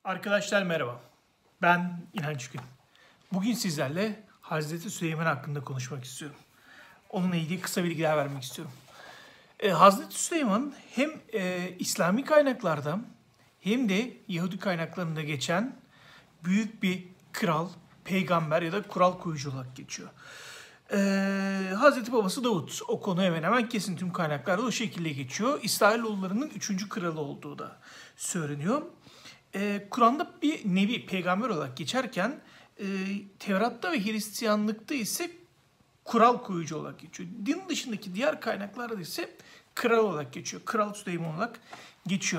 Arkadaşlar merhaba. Ben İnanç Gün. Bugün sizlerle Hazreti Süleyman hakkında konuşmak istiyorum. Onunla ilgili kısa bilgiler vermek istiyorum. Hazreti Süleyman hem İslami kaynaklarda hem de Yahudi kaynaklarında geçen büyük bir kral, peygamber ya da kural koyucu olarak geçiyor. Hazreti babası Davut. O konu hemen hemen kesin tüm kaynaklarda o şekilde geçiyor. İsrailoğullarının 3. kralı olduğu da söyleniyor. Kur'an'da bir nebi, peygamber olarak geçerken Tevrat'ta ve Hristiyanlıkta ise kural koyucu olarak geçiyor. Din dışındaki diğer kaynaklarda ise kral olarak geçiyor. Kral Süleyman olarak geçiyor.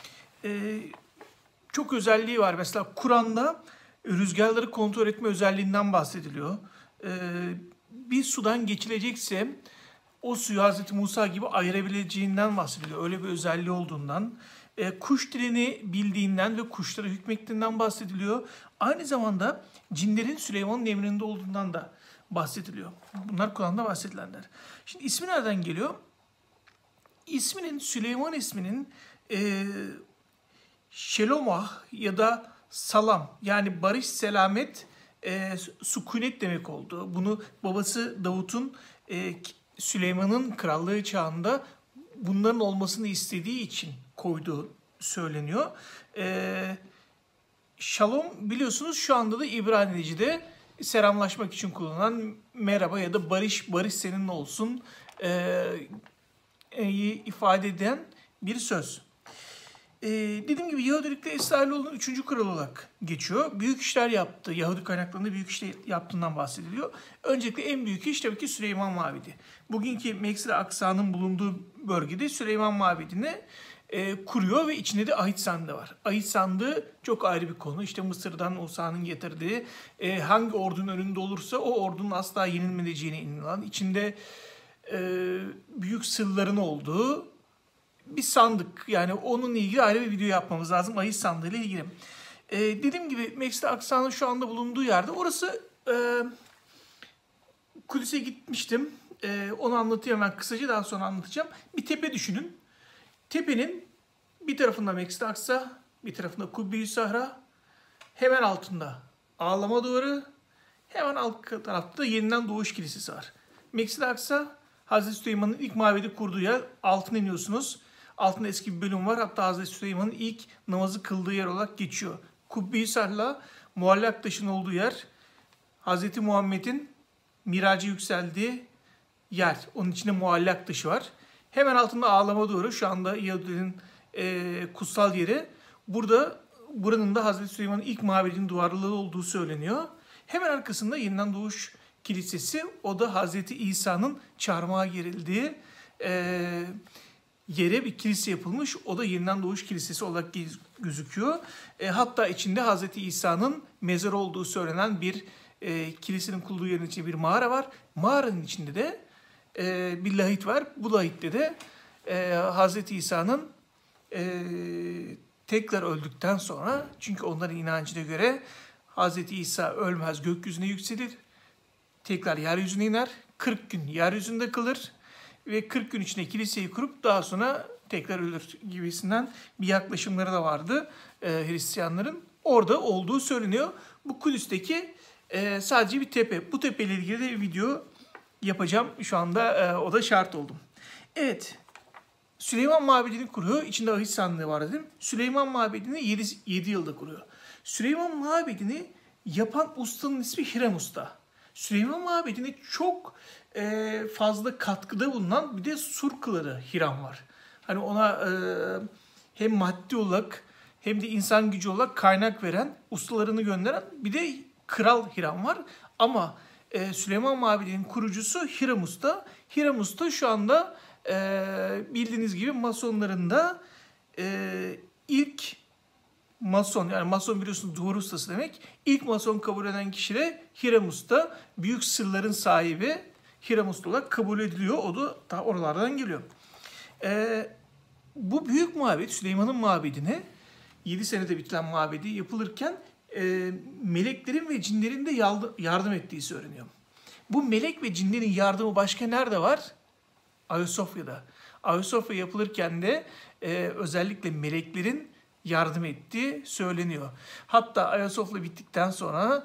Çok özelliği var. Mesela Kur'an'da rüzgarları kontrol etme özelliğinden bahsediliyor. Bir sudan geçilecekse o suyu Hz. Musa gibi ayırabileceğinden bahsediliyor. Öyle bir özelliği olduğundan. Kuş dilini bildiğinden ve kuşlara hükmettiğinden bahsediliyor. Aynı zamanda cinlerin Süleyman'ın emrinde olduğundan da bahsediliyor. Bunlar Kur'an'da bahsedilenler. Şimdi ismi nereden geliyor? Süleyman isminin Şelomah ya da Salam yani barış, selamet, sükunet demek olduğu. Bunu babası Davut'un Süleyman'ın krallığı çağında bunların olmasını istediği için koyduğu söyleniyor. Şalom biliyorsunuz şu anda da İbranice'de selamlaşmak için kullanılan merhaba ya da barış seninle olsun ifade eden bir söz. Dediğim gibi Yahudilikte İsrailoğlu'nun 3. kralı olarak geçiyor. Büyük işler yaptı. Yahudi kaynaklarında büyük işler yaptığından bahsediliyor. Öncelikle en büyük iş tabii ki Süleyman Mabedi. Bugünkü Mescid-i Aksa'nın bulunduğu bölgede Süleyman Mabedi'ni kuruyor ve içinde de ahit sandığı var. Ahit sandığı çok ayrı bir konu. İşte Mısır'dan Musa'nın getirdiği hangi ordunun önünde olursa o ordunun asla yenilmeyeceğine inanılan, içinde büyük sırların olduğu bir sandık. Yani onunla ilgili ayrı bir video yapmamız lazım. Ahit sandığı ile ilgili. Dediğim gibi Mescid-i Aksa'nın şu anda bulunduğu yerde. Orası Kudüs'e gitmiştim. Onu anlatayım hemen kısaca, daha sonra anlatacağım. Bir tepe düşünün. Tepenin bir tarafında Mescid-i Aksa, bir tarafında Kubbe-i Sahra, hemen altında Ağlama Duvarı, hemen alt tarafta da Yeniden Doğuş Kilisesi var. Mescid-i Aksa, Hazreti Süleyman'ın ilk mabedi kurduğu yer. Altına iniyorsunuz. Altında eski bir bölüm var. Hatta Hazreti Süleyman'ın ilk namazı kıldığı yer olarak geçiyor. Kubbe-i Sahra, muallak taşın olduğu yer. Hazreti Muhammed'in miraca yükseldiği yer. Onun içinde muallak taşı var. Hemen altında Ağlama Duvarı, şu anda Yahudilerin kutsal yeri. Buranın da Hazreti Süleyman'ın ilk mabedinin duvarları olduğu söyleniyor. Hemen arkasında Yeniden Doğuş Kilisesi, o da Hazreti İsa'nın çarmıha gerildiği yere bir kilise yapılmış. O da Yeniden Doğuş Kilisesi olarak gözüküyor. Hatta içinde Hazreti İsa'nın mezarı olduğu söylenen bir kilisenin kurulduğu yerin içinde bir mağara var. Mağaranın içinde de bir lahit var. Bu lahitte de Hazreti İsa'nın tekrar öldükten sonra, çünkü onların inancına göre Hazreti İsa ölmez, gökyüzüne yükselir, tekrar yeryüzüne iner, 40 gün yeryüzünde kalır ve 40 gün içinde kiliseyi kurup daha sonra tekrar ölür gibisinden bir yaklaşımları da vardı Hristiyanların. Orada olduğu söyleniyor. Bu Kudüs'teki sadece bir tepe. Bu tepeyle ilgili de bir video yapacağım. Şu anda o da şart oldum. Evet. Süleyman Mabedi'ni kuruyor. İçinde ahit sandığı var dedim. Süleyman Mabedi'ni 7 yılda kuruyor. Süleyman Mabedi'ni yapan ustanın ismi Hiram Usta. Süleyman Mabedi'ne çok fazla katkıda bulunan bir de Surkıları Hiram var. Hani ona hem maddi olarak hem de insan gücü olarak kaynak veren, ustalarını gönderen bir de Kral Hiram var. Ama Süleyman Mabedi'nin kurucusu Hiram Usta. Hiram Usta şu anda bildiğiniz gibi Masonların da ilk Mason, yani Mason biliyorsunuz duvar ustası demek. İlk Mason kabul eden kişi de Hiram Usta. Büyük sırların sahibi Hiram Usta olarak kabul ediliyor. O da ta oralardan geliyor. Bu büyük mabed, Süleyman'ın mabedine 7 senede bitiren mabedi yapılırken meleklerin ve cinlerin de yardım ettiği söyleniyor. Bu melek ve cinlerin yardımı başka nerede var? Ayasofya'da. Ayasofya yapılırken de özellikle meleklerin yardım ettiği söyleniyor. Hatta Ayasofya bittikten sonra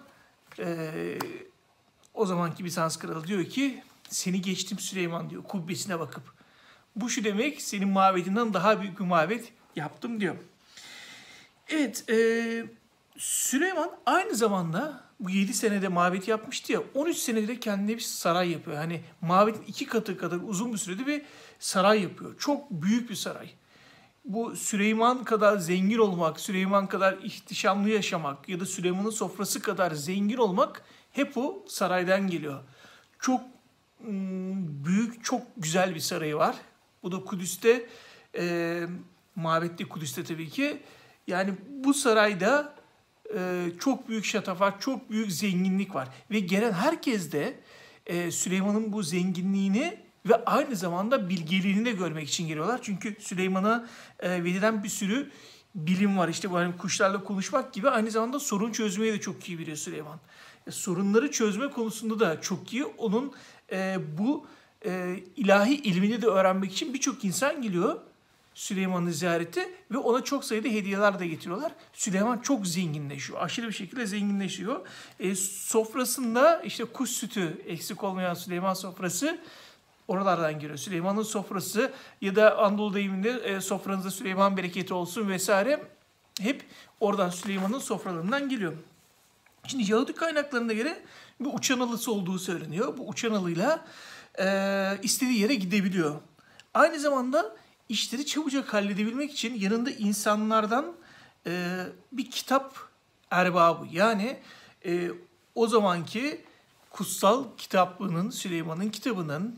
o zamanki Bizans kralı diyor ki seni geçtim Süleyman diyor kubbesine bakıp. Bu şu demek, senin mabedinden daha büyük bir mabet yaptım diyor. Evet, Süleyman aynı zamanda bu 7 senede mabet yapmıştı ya, 13 senede de kendine bir saray yapıyor. Hani mabetin 2 katı kadar uzun bir sürede bir saray yapıyor. Çok büyük bir saray. Bu Süleyman kadar zengin olmak, Süleyman kadar ihtişamlı yaşamak ya da Süleyman'ın sofrası kadar zengin olmak hep o saraydan geliyor. Çok büyük, çok güzel bir sarayı var. Bu da Kudüs'te, mabette Kudüs'te tabii ki. Yani bu sarayda çok büyük şatafat, çok büyük zenginlik var. Ve gelen herkes de Süleyman'ın bu zenginliğini ve aynı zamanda bilgeliğini de görmek için geliyorlar. Çünkü Süleyman'a verilen bir sürü bilim var. İşte bu hani kuşlarla konuşmak gibi, aynı zamanda sorun çözmeyi de çok iyi biliyor Süleyman. Sorunları çözme konusunda da çok iyi. Onun bu ilahi ilmini de öğrenmek için birçok insan geliyor Süleyman'ı ziyarete ve ona çok sayıda hediyeler de getiriyorlar. Süleyman çok zenginleşiyor. Aşırı bir şekilde zenginleşiyor. Sofrasında işte kuş sütü eksik olmayan Süleyman sofrası oralardan geliyor. Süleyman'ın sofrası ya da Anadolu deyiminde sofranızda Süleyman bereketi olsun vesaire, hep oradan Süleyman'ın sofralarından geliyor. Şimdi Yahudi kaynaklarına göre bir uçan alısı olduğu söyleniyor. Bu uçan alıyla istediği yere gidebiliyor. Aynı zamanda işleri çabucak halledebilmek için yanında insanlardan bir kitap erbabı, yani o zamanki kutsal kitaplığının, Süleyman'ın kitabının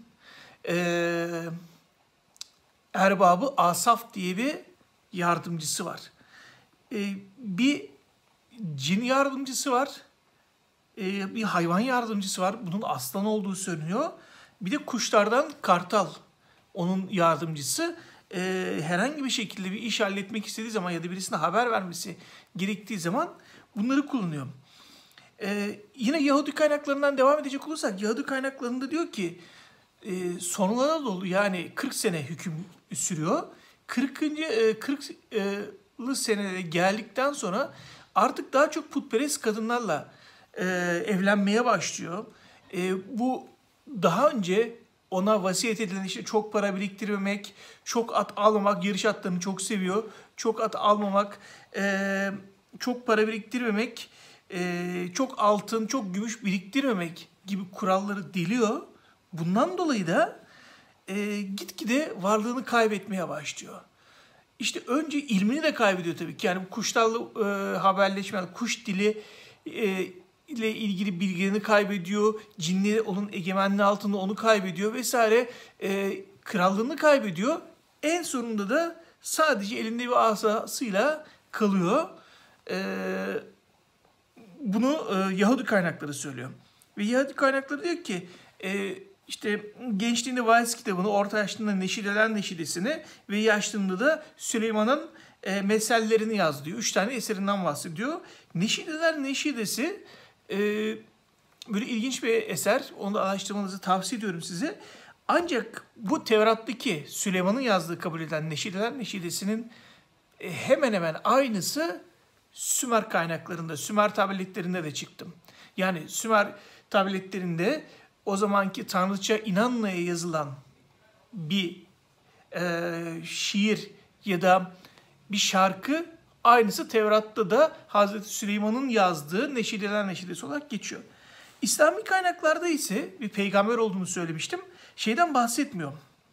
erbabı Asaf diye bir yardımcısı var. Bir cin yardımcısı var. Bir hayvan yardımcısı var. Bunun aslan olduğu söyleniyor. Bir de kuşlardan kartal onun yardımcısı. Herhangi bir şekilde bir iş halletmek istediği zaman ya da birisine haber vermesi gerektiği zaman bunları kullanıyor. Yine Yahudi kaynaklarından devam edecek olursak, Yahudi kaynaklarında diyor ki sonlara doğru, yani 40 sene hüküm sürüyor. 40'lı senede geldikten sonra artık daha çok putperest kadınlarla evlenmeye başlıyor. Bu daha önce ona vasiyet edilen işte çok para biriktirmemek, çok at almamak, yarış atlarını çok seviyor. Çok at almamak, çok para biriktirmemek, çok altın, çok gümüş biriktirmemek gibi kuralları deliyor. Bundan dolayı da gitgide varlığını kaybetmeye başlıyor. İşte önce ilmini de kaybediyor tabii ki. Yani kuşlarla haberleşme, kuş dili ile ilgili bilgilerini kaybediyor. Cinleri onun egemenliği altında onu kaybediyor vesaire. Krallığını kaybediyor. En sonunda da sadece elinde bir asasıyla kalıyor. Bunu Yahudi kaynakları söylüyor. Ve Yahudi kaynakları diyor ki işte gençliğinde Vaiz kitabını, orta yaşlığında Neşideler Neşidesini ve yaşlığında da Süleyman'ın mesellerini yaz diyor. 3 tane eserinden bahsediyor. Neşideler Neşidesi böyle ilginç bir eser. Onu da araştırmanızı tavsiye ediyorum size. Ancak bu Tevrat'taki Süleyman'ın yazdığı kabul edilen Neşideler Neşidesi'nin hemen hemen aynısı Sümer kaynaklarında, Sümer tabletlerinde de çıktım. Yani Sümer tabletlerinde o zamanki tanrıça İnanlı'ya yazılan bir şiir ya da bir şarkı, aynısı Tevrat'ta da Hazreti Süleyman'ın yazdığı Neşideler Neşidesi olarak geçiyor. İslami kaynaklarda ise bir peygamber olduğunu söylemiştim. Şeyden bahsetmiyor.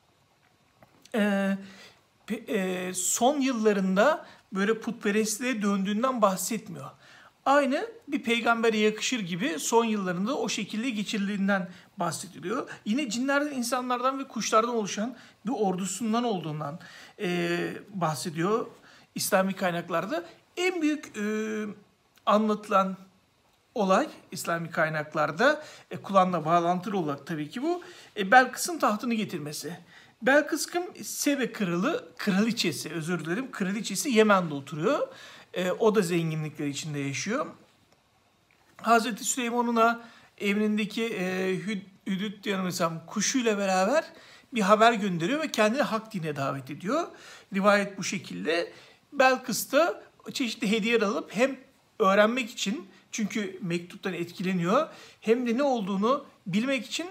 Son yıllarında böyle putperestliğe döndüğünden bahsetmiyor. Aynı bir peygambere yakışır gibi son yıllarında o şekilde geçirildiğinden bahsediliyor. Yine cinlerden, insanlardan ve kuşlardan oluşan bir ordusundan olduğundan bahsediyor İslami kaynaklarda. En büyük anlatılan olay İslami kaynaklarda Kur'an'la bağlantılı olarak tabii ki bu Belkıs'ın tahtını getirmesi. Belkıs'ın Sebe kraliçesi Yemen'de oturuyor. O da zenginlikler içinde yaşıyor. Hazreti Süleyman'ın evindeki hüdüt yanılmıyorsam kuşuyla beraber bir haber gönderiyor ve kendini hak dine davet ediyor. Rivayet bu şekilde. Belkıs da çeşitli hediyeler alıp hem öğrenmek için, çünkü mektuptan etkileniyor, hem de ne olduğunu bilmek için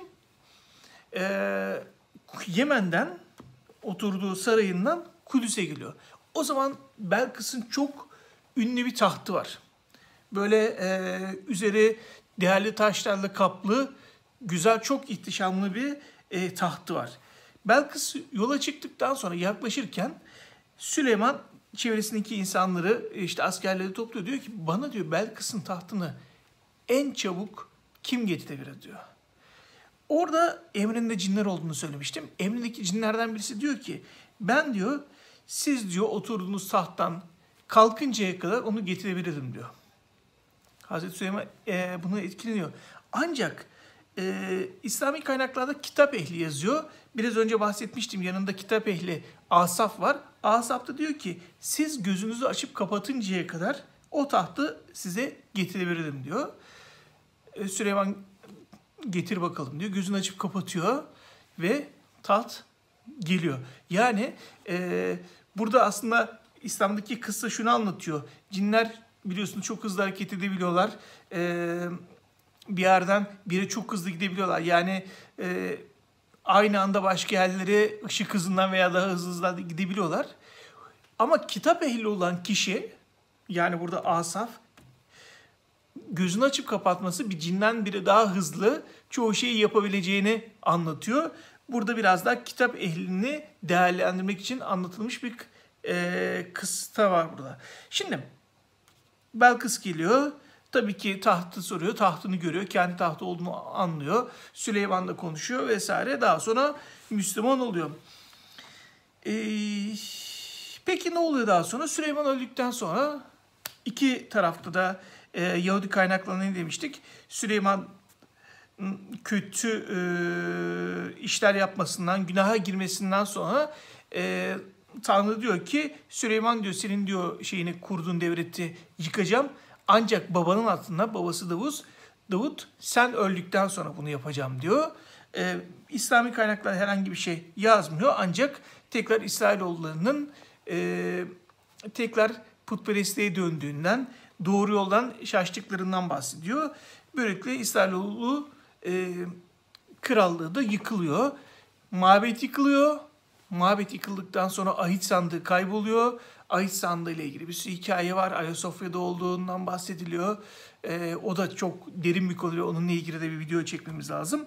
Yemen'den, oturduğu sarayından Kudüs'e geliyor. O zaman Belkıs'ın çok ünlü bir tahtı var. Böyle üzeri değerli taşlarla kaplı, güzel, çok ihtişamlı bir tahtı var. Belkıs yola çıktıktan sonra yaklaşırken Süleyman çevresindeki insanları, işte askerleri topluyor. Diyor ki bana diyor Belkıs'ın tahtını en çabuk kim getirebilir diyor. Orada emrinde cinler olduğunu söylemiştim. Emrindeki cinlerden birisi diyor ki ben diyor siz diyor oturduğunuz tahttan kalkıncaya kadar onu getirebilirim diyor. Hazreti Süleyman buna etkileniyor. Ancak İslami kaynaklarda kitap ehli yazıyor. Biraz önce bahsetmiştim, yanında kitap ehli Asaf var. Asaf da diyor ki siz gözünüzü açıp kapatıncaya kadar o tahtı size getirebilirim diyor. Süleyman getir bakalım diyor. Gözünü açıp kapatıyor ve taht geliyor. Yani burada aslında İslam'daki kıssa şunu anlatıyor. Cinler biliyorsunuz çok hızlı hareket edebiliyorlar. Bir yerden bir yere çok hızlı gidebiliyorlar. Yani aynı anda başka yerlere ışık hızından veya daha hızlı gidebiliyorlar. Ama kitap ehli olan kişi, yani burada Asaf, gözünü açıp kapatması bir cinden biri daha hızlı çoğu şeyi yapabileceğini anlatıyor. Burada biraz daha kitap ehlini değerlendirmek için anlatılmış bir kıssa var burada. Şimdi Belkıs geliyor. Tabii ki tahtı soruyor. Tahtını görüyor. Kendi tahtı olduğunu anlıyor. Süleyman'la konuşuyor vesaire. Daha sonra Müslüman oluyor. Peki ne oluyor daha sonra? Süleyman öldükten sonra iki tarafta da Yahudi kaynaklarında ne demiştik? Süleyman kötü işler yapmasından, günaha girmesinden sonra Tanrı diyor ki Süleyman diyor senin diyor şeyini kurduğun devleti yıkacağım. Ancak babanın altında, babası Davut sen öldükten sonra bunu yapacağım diyor. İslami kaynaklar herhangi bir şey yazmıyor. Ancak tekrar İsrailoğullarının tekrar putperestliğe döndüğünden, doğru yoldan şaştıklarından bahsediyor. Böylelikle İsrailoğlu krallığı da yıkılıyor. Mabet yıkılıyor. Mabet yıkıldıktan sonra ahit sandığı kayboluyor. Ahit sandığı ile ilgili bir sürü hikaye var. Ayasofya'da olduğundan bahsediliyor. O da çok derin bir konu ve onunla ilgili de bir video çekmemiz lazım.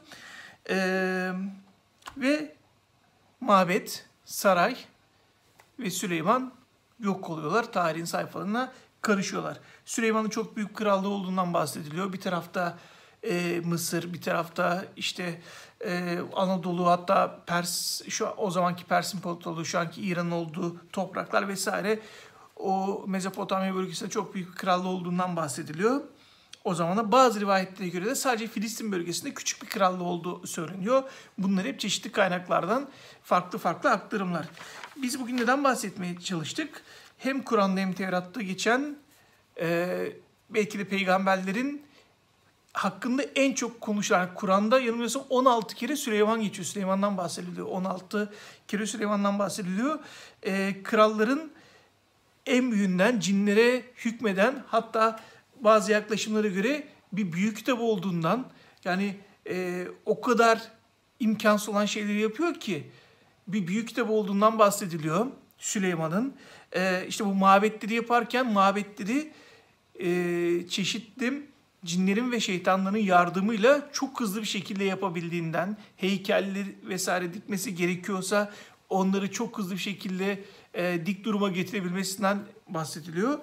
Ve mabet, saray ve Süleyman yok oluyorlar. Tarihin sayfalarına karışıyorlar. Süleyman'ın çok büyük krallığı olduğundan bahsediliyor. Bir tarafta Mısır, bir tarafta işte Anadolu, hatta Pers, o zamanki Pers İmparatorluğu, şu anki İran'ın olduğu topraklar vesaire. O Mezopotamya bölgesinde çok büyük bir krallığı olduğundan bahsediliyor. O zaman da bazı rivayetlere göre de sadece Filistin bölgesinde küçük bir krallığı olduğu söyleniyor. Bunlar hep çeşitli kaynaklardan farklı aktarımlar. Biz bugün neden bahsetmeye çalıştık? Hem Kur'an'da hem Tevrat'ta geçen belki de peygamberlerin hakkında en çok konuşulan, Kur'an'da yanılmıyorsam 16 kere Süleyman geçiyor. Süleyman'dan bahsediliyor. 16 kere Süleyman'dan bahsediliyor. Kralların en büyüğünden, cinlere hükmeden, hatta bazı yaklaşımlara göre bir büyük kitap olduğundan, yani o kadar imkansız olan şeyleri yapıyor ki bir büyük kitap olduğundan bahsediliyor Süleyman'ın. İşte bu mabetleri yaparken mabetleri çeşitli cinlerin ve şeytanların yardımıyla çok hızlı bir şekilde yapabildiğinden, heykelleri vesaire dikmesi gerekiyorsa onları çok hızlı bir şekilde dik duruma getirebilmesinden bahsediliyor.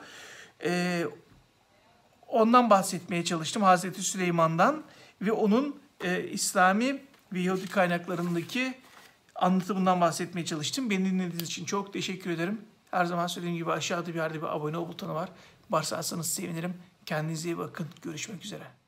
Ondan bahsetmeye çalıştım, Hazreti Süleyman'dan ve onun İslami ve Yahudi kaynaklarındaki anlatımından bahsetmeye çalıştım. Beni dinlediğiniz için çok teşekkür ederim. Her zaman söylediğim gibi aşağıda bir yerde bir abone ol butonu var. Basarsanız sevinirim. Kendinize iyi bakın. Görüşmek üzere.